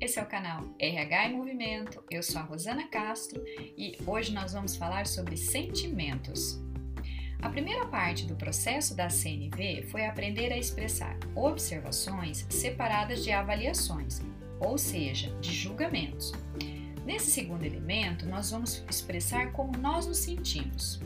esse é o canal RH em Movimento, eu sou a Rosana Castro e hoje nós vamos falar sobre sentimentos. A primeira parte do processo da CNV foi aprender a expressar observações separadas de avaliações, ou seja, de julgamentos. Nesse segundo elemento, nós vamos expressar como nós nos sentimos.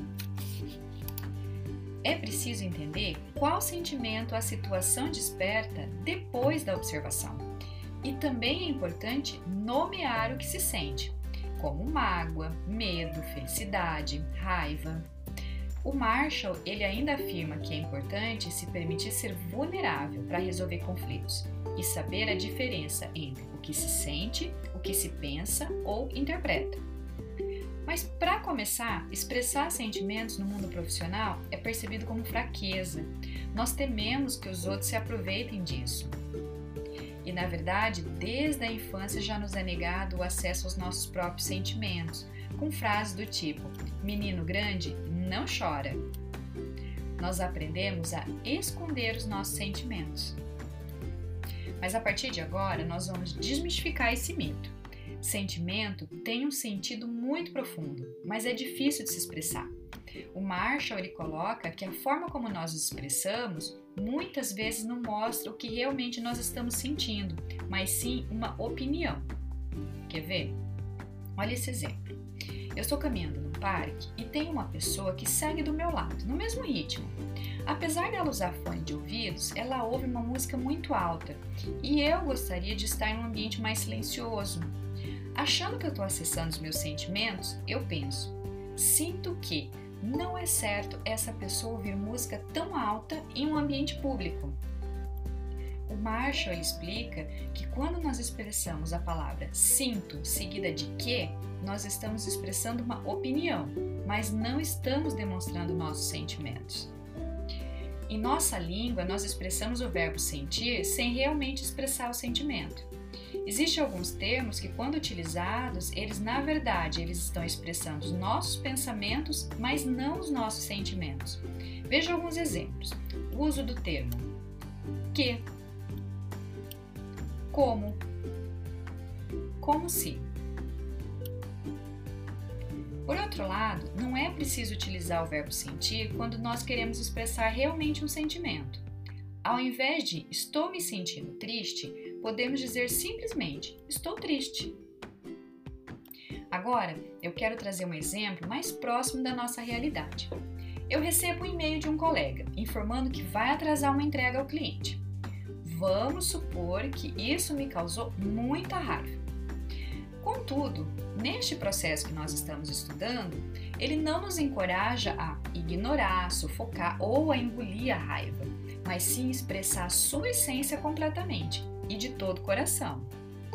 É preciso entender qual sentimento a situação desperta depois da observação. E também é importante nomear o que se sente, como mágoa, medo, felicidade, raiva. O Marshall, ele ainda afirma que é importante se permitir ser vulnerável para resolver conflitos e saber a diferença entre o que se sente, o que se pensa ou interpreta. Mas para começar, expressar sentimentos no mundo profissional é percebido como fraqueza. Nós tememos que os outros se aproveitem disso. E na verdade, desde a infância já nos é negado o acesso aos nossos próprios sentimentos, com frases do tipo: menino grande não chora. Nós aprendemos a esconder os nossos sentimentos. Mas a partir de agora, nós vamos desmistificar esse mito. Sentimento tem um sentido muito profundo, mas é difícil de se expressar. O Marshall ele coloca que a forma como nós nos expressamos muitas vezes não mostra o que realmente nós estamos sentindo, mas sim uma opinião. Quer ver? Olha esse exemplo. Eu estou caminhando num parque e tem uma pessoa que segue do meu lado, no mesmo ritmo. Apesar dela usar fone de ouvidos, ela ouve uma música muito alta e eu gostaria de estar em um ambiente mais silencioso. Achando que eu estou acessando os meus sentimentos, eu penso: sinto que não é certo essa pessoa ouvir música tão alta em um ambiente público. O Marshall explica que quando nós expressamos a palavra sinto seguida de que, nós estamos expressando uma opinião, mas não estamos demonstrando nossos sentimentos. Em nossa língua, nós expressamos o verbo sentir sem realmente expressar o sentimento. Existem alguns termos que, quando utilizados, eles estão expressando os nossos pensamentos, mas não os nossos sentimentos. Veja alguns exemplos. O uso do termo que, como se. Por outro lado, não é preciso utilizar o verbo sentir quando nós queremos expressar realmente um sentimento. Ao invés de estou me sentindo triste, podemos dizer simplesmente estou triste. Agora, eu quero trazer um exemplo mais próximo da nossa realidade. Eu recebo um e-mail de um colega informando que vai atrasar uma entrega ao cliente. Vamos supor que isso me causou muita raiva. Contudo, neste processo que nós estamos estudando, ele não nos encoraja a ignorar, sufocar ou a engolir a raiva, mas sim expressar a sua essência completamente e de todo o coração.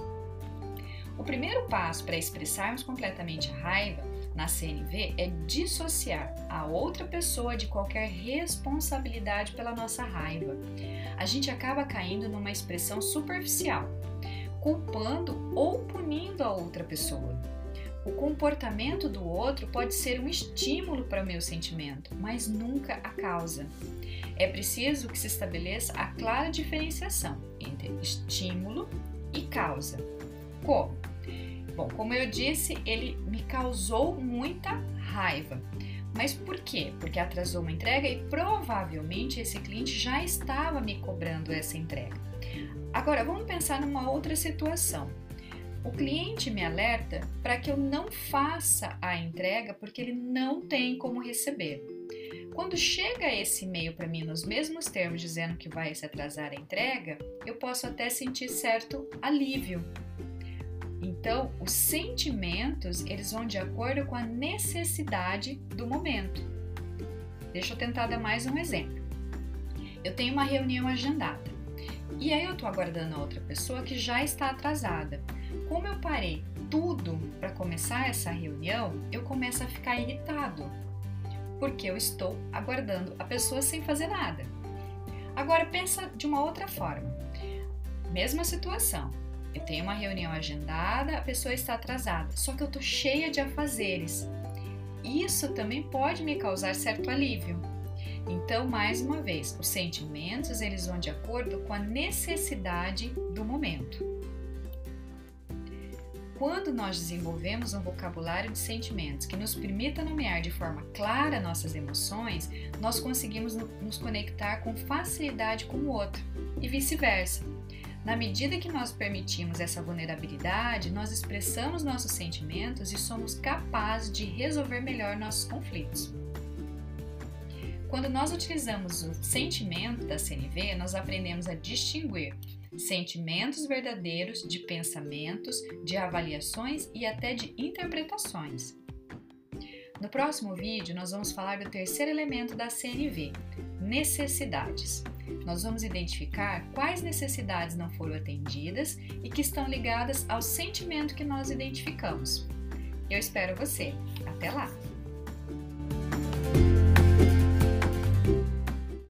O primeiro passo para expressarmos completamente a raiva na CNV é dissociar a outra pessoa de qualquer responsabilidade pela nossa raiva. A gente acaba caindo numa expressão superficial, culpando ou punindo a outra pessoa. O comportamento do outro pode ser um estímulo para o meu sentimento, mas nunca a causa. É preciso que se estabeleça a clara diferenciação entre estímulo e causa. Como? Bom, como eu disse, ele me causou muita raiva. Mas por quê? Porque atrasou uma entrega e provavelmente esse cliente já estava me cobrando essa entrega. Agora, vamos pensar numa outra situação. O cliente me alerta para que eu não faça a entrega porque ele não tem como receber. Quando chega esse e-mail para mim nos mesmos termos dizendo que vai se atrasar a entrega, eu posso até sentir certo alívio. Então, os sentimentos, eles vão de acordo com a necessidade do momento. Deixa eu tentar dar mais um exemplo. Eu tenho uma reunião agendada e aí eu estou aguardando a outra pessoa que já está atrasada. Como eu parei tudo para começar essa reunião, eu começo a ficar irritado, porque eu estou aguardando a pessoa sem fazer nada. Agora pensa de uma outra forma. Mesma situação. Eu tenho uma reunião agendada, a pessoa está atrasada, só que eu estou cheia de afazeres. Isso também pode me causar certo alívio. Então, mais uma vez, os sentimentos eles vão de acordo com a necessidade do momento. Quando nós desenvolvemos um vocabulário de sentimentos que nos permita nomear de forma clara nossas emoções, nós conseguimos nos conectar com facilidade com o outro e vice-versa. Na medida que nós permitimos essa vulnerabilidade, nós expressamos nossos sentimentos e somos capazes de resolver melhor nossos conflitos. Quando nós utilizamos o sentimento da CNV, nós aprendemos a distinguir sentimentos verdadeiros de pensamentos, de avaliações e até de interpretações. No próximo vídeo, nós vamos falar do terceiro elemento da CNV, necessidades. Nós vamos identificar quais necessidades não foram atendidas e que estão ligadas ao sentimento que nós identificamos. Eu espero você. Até lá!